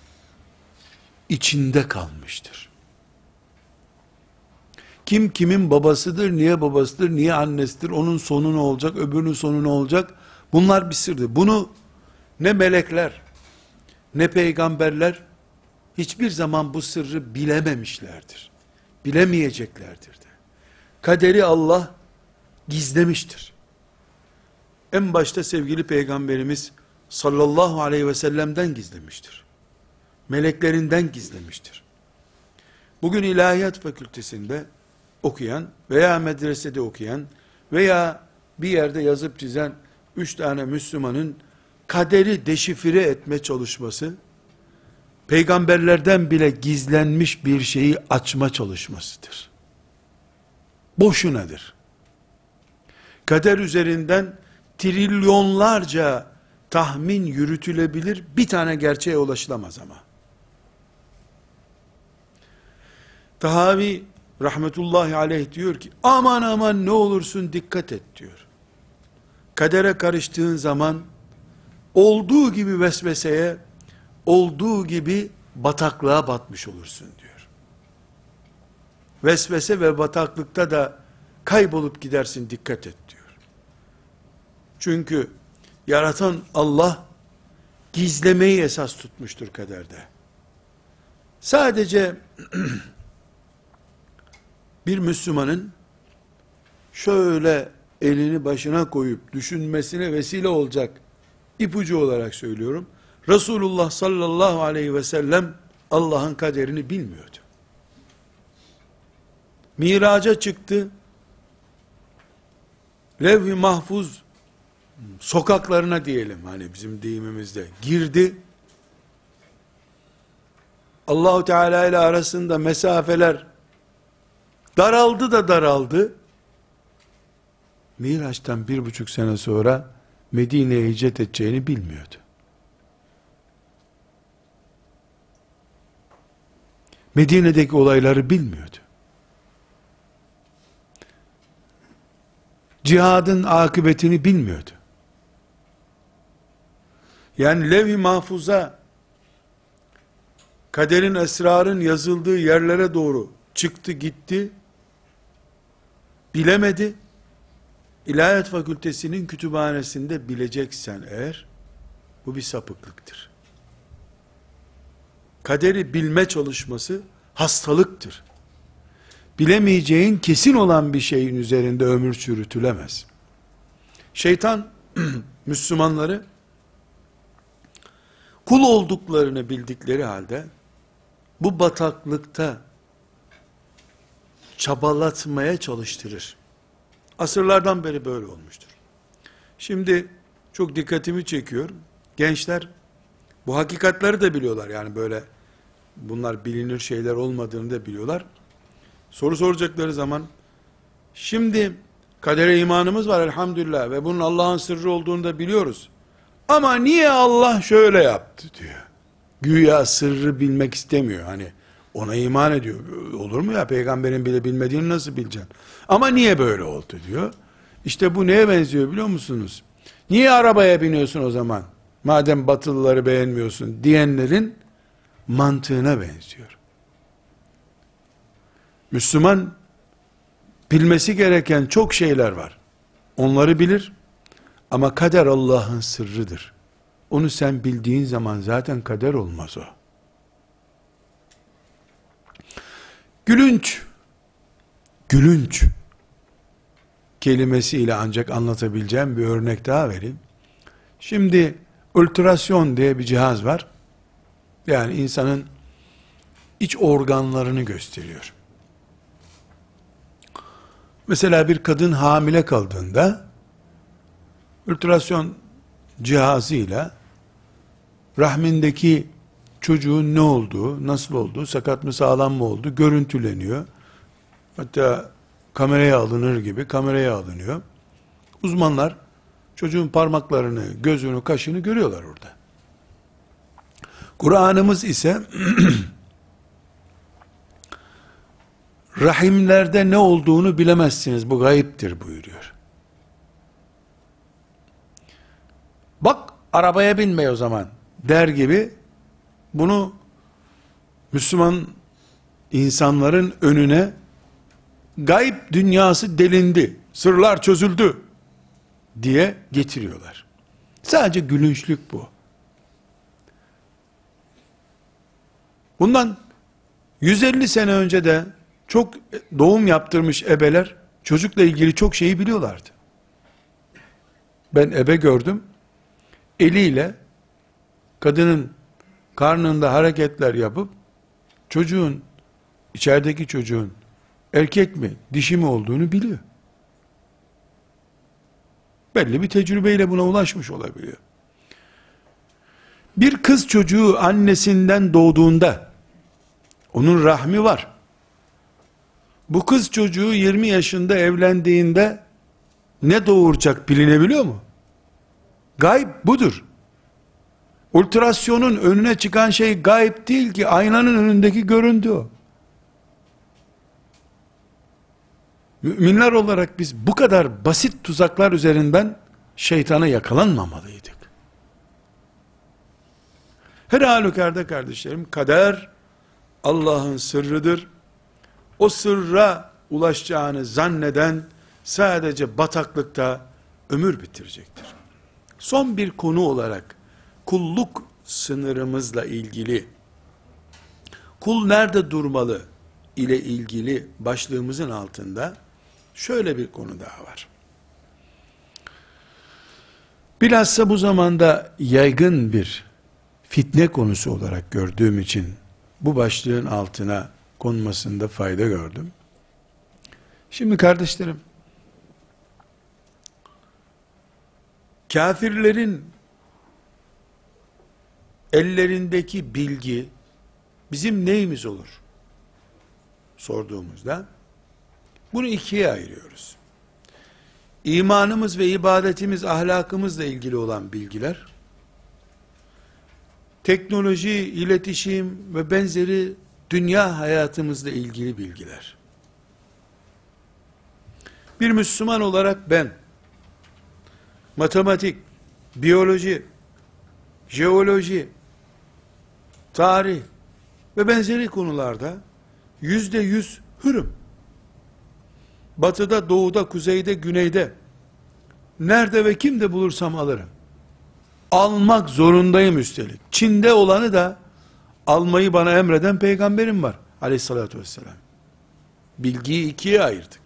A: içinde kalmıştır. Kim kimin babasıdır, niye babasıdır, niye annesidir, onun sonu ne olacak, öbürünün sonu ne olacak, bunlar bir sırdır. Bunu ne melekler, ne peygamberler hiçbir zaman bu sırrı bilememişlerdir. Bilemeyeceklerdir de. Kaderi Allah gizlemiştir. En başta sevgili peygamberimiz sallallahu aleyhi ve sellem'den gizlemiştir. Meleklerinden gizlemiştir. Bugün ilahiyat fakültesinde okuyan veya medresede okuyan veya bir yerde yazıp çizen 3 tane Müslümanın kaderi deşifre etme çalışması, peygamberlerden bile gizlenmiş bir şeyi açma çalışmasıdır. Boşunadır. Kader üzerinden trilyonlarca tahmin yürütülebilir, bir tane gerçeğe ulaşılamaz ama. Tahavi rahmetullahi aleyh diyor ki, aman aman ne olursun dikkat et diyor. Kadere karıştığın zaman, olduğu gibi vesveseye, olduğu gibi bataklığa batmış olursun diyor. Vesvese ve bataklıkta da kaybolup gidersin, dikkat et diyor. Çünkü yaratan Allah, gizlemeyi esas tutmuştur kaderde. Sadece bir Müslümanın şöyle elini başına koyup düşünmesine vesile olacak ipucu olarak söylüyorum. Resulullah sallallahu aleyhi ve sellem Allah'ın kaderini bilmiyordu. Miraca çıktı. Levh-i mahfuz sokaklarına diyelim, hani bizim deyimimizde girdi. Allahu Teala ile arasında mesafeler daraldı da daraldı. Miraç'tan 1,5 sene sonra Medine'ye hicret edeceğini bilmiyordu. Medine'deki olayları bilmiyordu. Cihadın akıbetini bilmiyordu. Yani levh-i mahfuza, kaderin, esrarın yazıldığı yerlere doğru çıktı gitti, bilemedi. İlahiyat fakültesinin kütüphanesinde bileceksen eğer, bu bir sapıklıktır. Kaderi bilme çalışması hastalıktır. Bilemeyeceğin kesin olan bir şeyin üzerinde ömür çürütülemez. Şeytan Müslümanları kul olduklarını bildikleri halde bu bataklıkta çabalatmaya çalıştırır. Asırlardan beri böyle olmuştur. Şimdi çok dikkatimi çekiyor. Gençler bu hakikatleri de biliyorlar. Yani böyle bunlar bilinir şeyler olmadığını da biliyorlar. Soru soracakları zaman, şimdi kadere imanımız var elhamdülillah ve bunun Allah'ın sırrı olduğunu da biliyoruz. Ama niye Allah şöyle yaptı diyor. Güya sırrı bilmek istemiyor. Hani ona iman ediyor. Olur mu ya, peygamberin bile bilmediğini nasıl bileceksin? Ama niye böyle oldu diyor. İşte bu neye benziyor biliyor musunuz? Niye arabaya biniyorsun o zaman? Madem batılıları beğenmiyorsun diyenlerin mantığına benziyor. Müslüman bilmesi gereken çok şeyler var. Onları bilir ama kader Allah'ın sırrıdır. Onu sen bildiğin zaman zaten kader olmaz o. Gülünç kelimesiyle ancak anlatabileceğim bir örnek daha vereyim. Şimdi ultrason diye bir cihaz var. Yani insanın iç organlarını gösteriyor. Mesela bir kadın hamile kaldığında ultrason cihazıyla rahmindeki çocuğun ne olduğu, nasıl olduğu, sakat mı sağlam mı olduğu görüntüleniyor. Hatta kameraya alınır gibi kameraya alınıyor. Uzmanlar çocuğun parmaklarını, gözünü, kaşını görüyorlar orada. Kur'an'ımız ise rahimlerde ne olduğunu bilemezsiniz, bu gayiptir buyuruyor. Bak arabaya binme o zaman der gibi bunu Müslüman insanların önüne gayb dünyası delindi, sırlar çözüldü diye getiriyorlar. Sadece gülünçlük bu. Bundan 150 sene önce de çok doğum yaptırmış ebeler çocukla ilgili çok şeyi biliyorlardı. Ben ebe gördüm. Eliyle kadının karnında hareketler yapıp çocuğun, içerideki çocuğun erkek mi, dişi mi olduğunu biliyor. Belli bir tecrübeyle buna ulaşmış olabiliyor. Bir kız çocuğu annesinden doğduğunda onun rahmi var. Bu kız çocuğu 20 yaşında evlendiğinde ne doğuracak bilinebiliyor mu? Gayb budur. Ultrasyonun önüne çıkan şey gayb değil ki, aynanın önündeki görüntü o. Müminler olarak biz bu kadar basit tuzaklar üzerinden şeytana yakalanmamalıydık. Her halükarda kardeşlerim, kader Allah'ın sırrıdır. O sırra ulaşacağını zanneden sadece bataklıkta ömür bitirecektir. Son bir konu olarak kulluk sınırımızla ilgili, kul nerede durmalı ile ilgili başlığımızın altında şöyle bir konu daha var. Bilhassa bu zamanda yaygın bir fitne konusu olarak gördüğüm için bu başlığın altına konmasında fayda gördüm. Şimdi kardeşlerim, kafirlerin ellerindeki bilgi bizim neyimiz olur sorduğumuzda bunu ikiye ayırıyoruz. İmanımız ve ibadetimiz, ahlakımızla ilgili olan bilgiler, teknoloji, iletişim ve benzeri dünya hayatımızla ilgili bilgiler. Bir Müslüman olarak ben matematik, biyoloji, jeoloji, tarih ve benzeri konularda %100 hürüm. Batıda, doğuda, kuzeyde, güneyde nerede ve kimde bulursam alırım. Almak zorundayım üstelik. Çin'de olanı da almayı bana emreden peygamberim var aleyhissalatü vesselam. Bilgiyi ikiye ayırdık.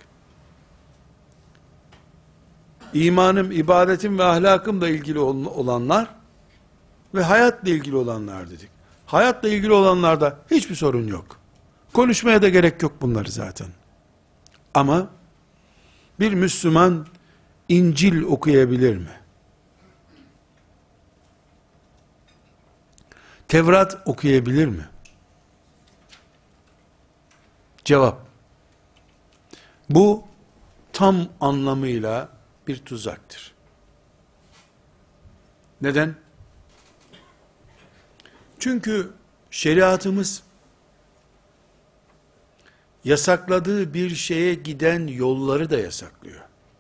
A: İmanım, ibadetim ve ahlakımla ilgili olanlar ve hayatla ilgili olanlar dedik. Hayatla ilgili olanlarda hiçbir sorun yok. Konuşmaya da gerek yok bunları zaten. Ama bir Müslüman İncil okuyabilir mi? Tevrat okuyabilir mi? Cevap: bu tam anlamıyla bir tuzaktır. Neden? Çünkü şeriatımız yasakladığı bir şeye giden yolları da yasaklıyor.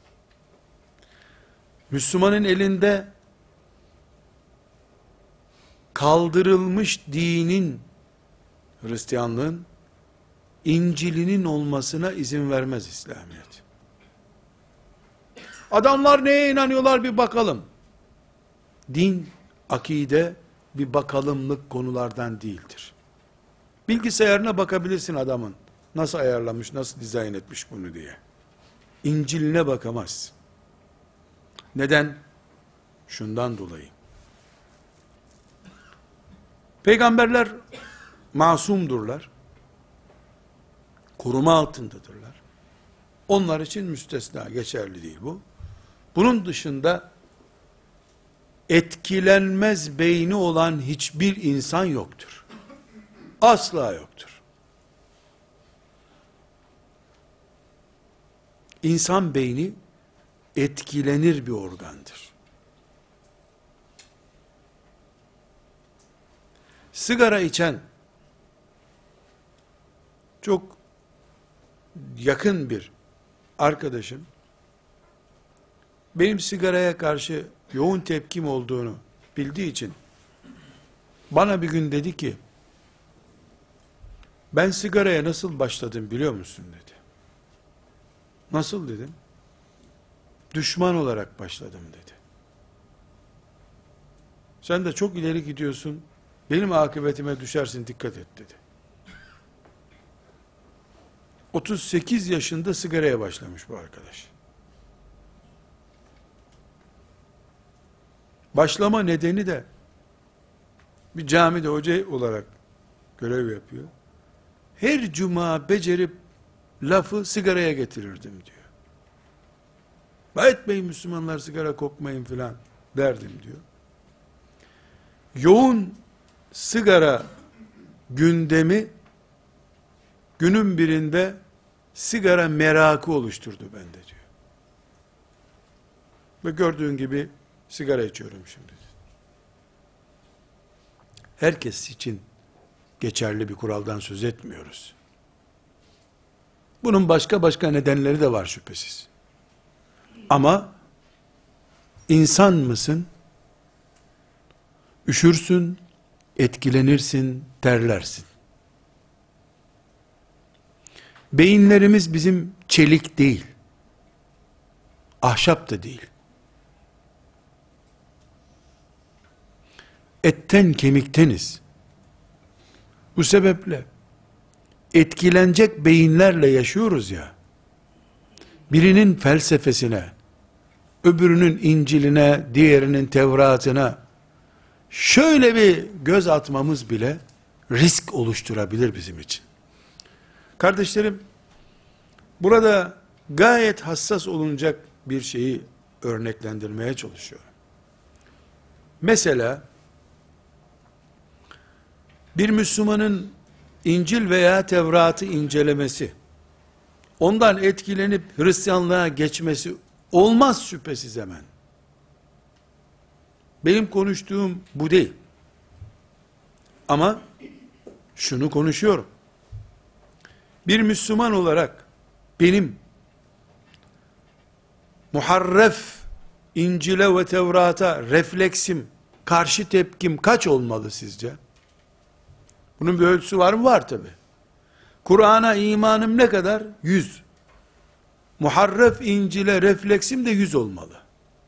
A: Müslümanın elinde kaldırılmış dinin, Hristiyanlığın, İncil'inin olmasına izin vermez İslamiyet. Adamlar neye inanıyorlar bir bakalım. Din, akide bir bakalımlık konulardan değildir. Bilgisayarına bakabilirsin adamın. Nasıl ayarlamış, nasıl dizayn etmiş bunu diye. İncil'ine bakamaz. Neden? Şundan dolayı. Peygamberler masumdurlar. Koruma altındadırlar. Onlar için müstesna, geçerli değil bu. Bunun dışında etkilenmez beyni olan hiçbir insan yoktur. Asla yoktur. İnsan beyni etkilenir bir organdır. Sigara içen çok yakın bir arkadaşım benim sigaraya karşı yoğun tepkim olduğunu bildiği için bana bir gün dedi ki, ben sigaraya nasıl başladım biliyor musun dedi. Nasıl dedim? Düşman olarak başladım dedi. Sen de çok ileri gidiyorsun, benim akıbetime düşersin, dikkat et dedi. 38 yaşında sigaraya başlamış bu arkadaş. Başlama nedeni de bir camide hoca olarak görev yapıyor. Her cuma becerip lafı sigaraya getirirdim diyor. Etmeyin Müslümanlar, sigara kokmayın filan derdim diyor. Yoğun sigara gündemi günün birinde sigara merakı oluşturdu bende diyor. Ve gördüğün gibi sigara içiyorum şimdi. Herkes için geçerli bir kuraldan söz etmiyoruz. Bunun başka nedenleri de var şüphesiz. Ama insan mısın? Üşürsün, etkilenirsin, terlersin. Beyinlerimiz bizim çelik değil. Ahşap da değil. Etten kemikteniz. Bu sebeple etkilenecek beyinlerle yaşıyoruz ya. Birinin felsefesine, öbürünün İncil'ine, diğerinin Tevrat'ına şöyle bir göz atmamız bile risk oluşturabilir bizim için. Kardeşlerim, burada gayet hassas olunacak bir şeyi örneklendirmeye çalışıyorum. Mesela bir Müslümanın İncil veya Tevrat'ı incelemesi, ondan etkilenip Hristiyanlığa geçmesi olmaz şüphesiz hemen. Benim konuştuğum bu değil. Ama şunu konuşuyorum. Bir Müslüman olarak benim muharref İncil'e ve Tevrat'a refleksim, karşı tepkim kaç olmalı sizce? Bunun bir ölçüsü var mı? Var tabi. Kur'an'a imanım ne kadar? 100. Muharref İncil'e refleksim de 100 olmalı.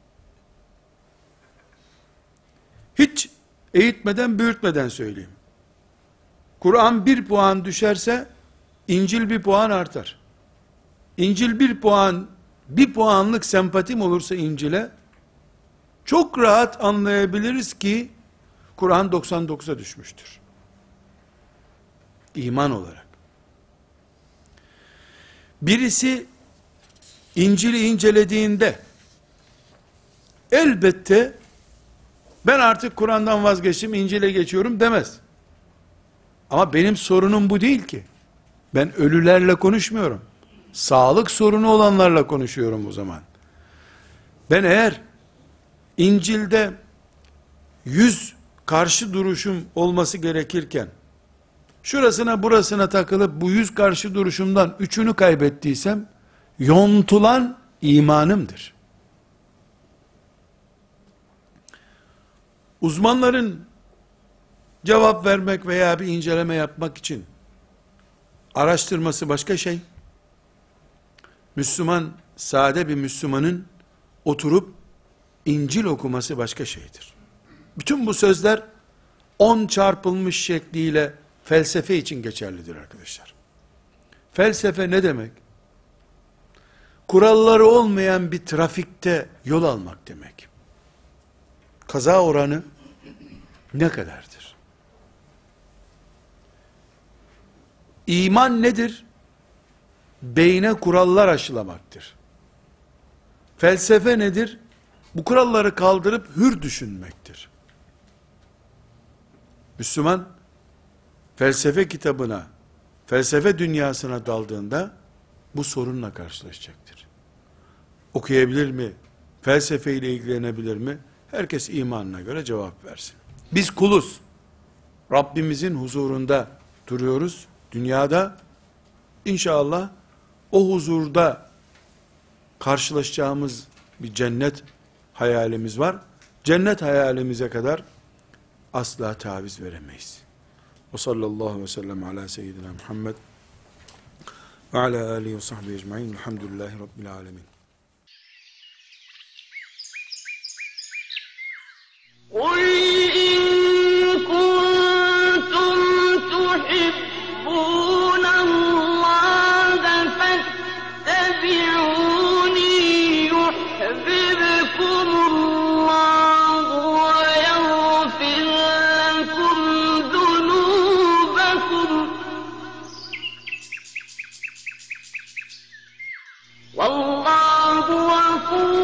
A: Hiç eğitmeden, büyütmeden söyleyeyim. Kur'an 1 puan düşerse, İncil 1 puan artar. İncil 1 puan, 1 puanlık sempatim olursa İncil'e, çok rahat anlayabiliriz ki, Kur'an 99'a düşmüştür. İman olarak. Birisi, İncil'i incelediğinde, elbette, ben artık Kur'an'dan vazgeçtim, İncil'e geçiyorum demez. Ama benim sorunum bu değil ki. Ben ölülerle konuşmuyorum. Sağlık sorunu olanlarla konuşuyorum o zaman. Ben eğer İncil'de 100 karşı duruşum olması gerekirken, şurasına burasına takılıp bu 100 karşı duruşumdan 3'ünü kaybettiysem, yontulan imanımdır. Uzmanların cevap vermek veya bir inceleme yapmak için araştırması başka şey. Müslüman, sade bir Müslümanın oturup İncil okuması başka şeydir. Bütün bu sözler 10 çarpılmış şekliyle felsefe için geçerlidir arkadaşlar. Felsefe ne demek? kuralları olmayan bir trafikte yol almak demek. Kaza oranı ne kadardır? İman nedir? Beyne kurallar aşılamaktır. Felsefe nedir? Bu kuralları kaldırıp hür düşünmektir. Müslüman, felsefe kitabına, felsefe dünyasına daldığında, bu sorunla karşılaşacaktır. Okuyabilir mi? Felsefeyle ilgilenebilir mi? Herkes imanına göre cevap versin. Biz kuluz. Rabbimizin huzurunda duruyoruz. Dünyada, İnşallah o huzurda karşılaşacağımız bir cennet hayalimiz var. Cennet hayalimize kadar asla taviz veremeyiz. Ve sallallahu aleyhi ve sellem ala seyyidina Muhammed ve ala alihi ve sahbihi ecmaîn. Elhamdülillahi rabbil âlemin.
B: قُلْ إِن كُنتُمْ تُحِبُّونَ اللَّهَ فَاتَّبِعُونِي يُحْبِبْكُمُ اللَّهُ وَيَغْفِرْ لَكُمْ ذُنُوبَكُمْ وَاللَّهُ غَفُورٌ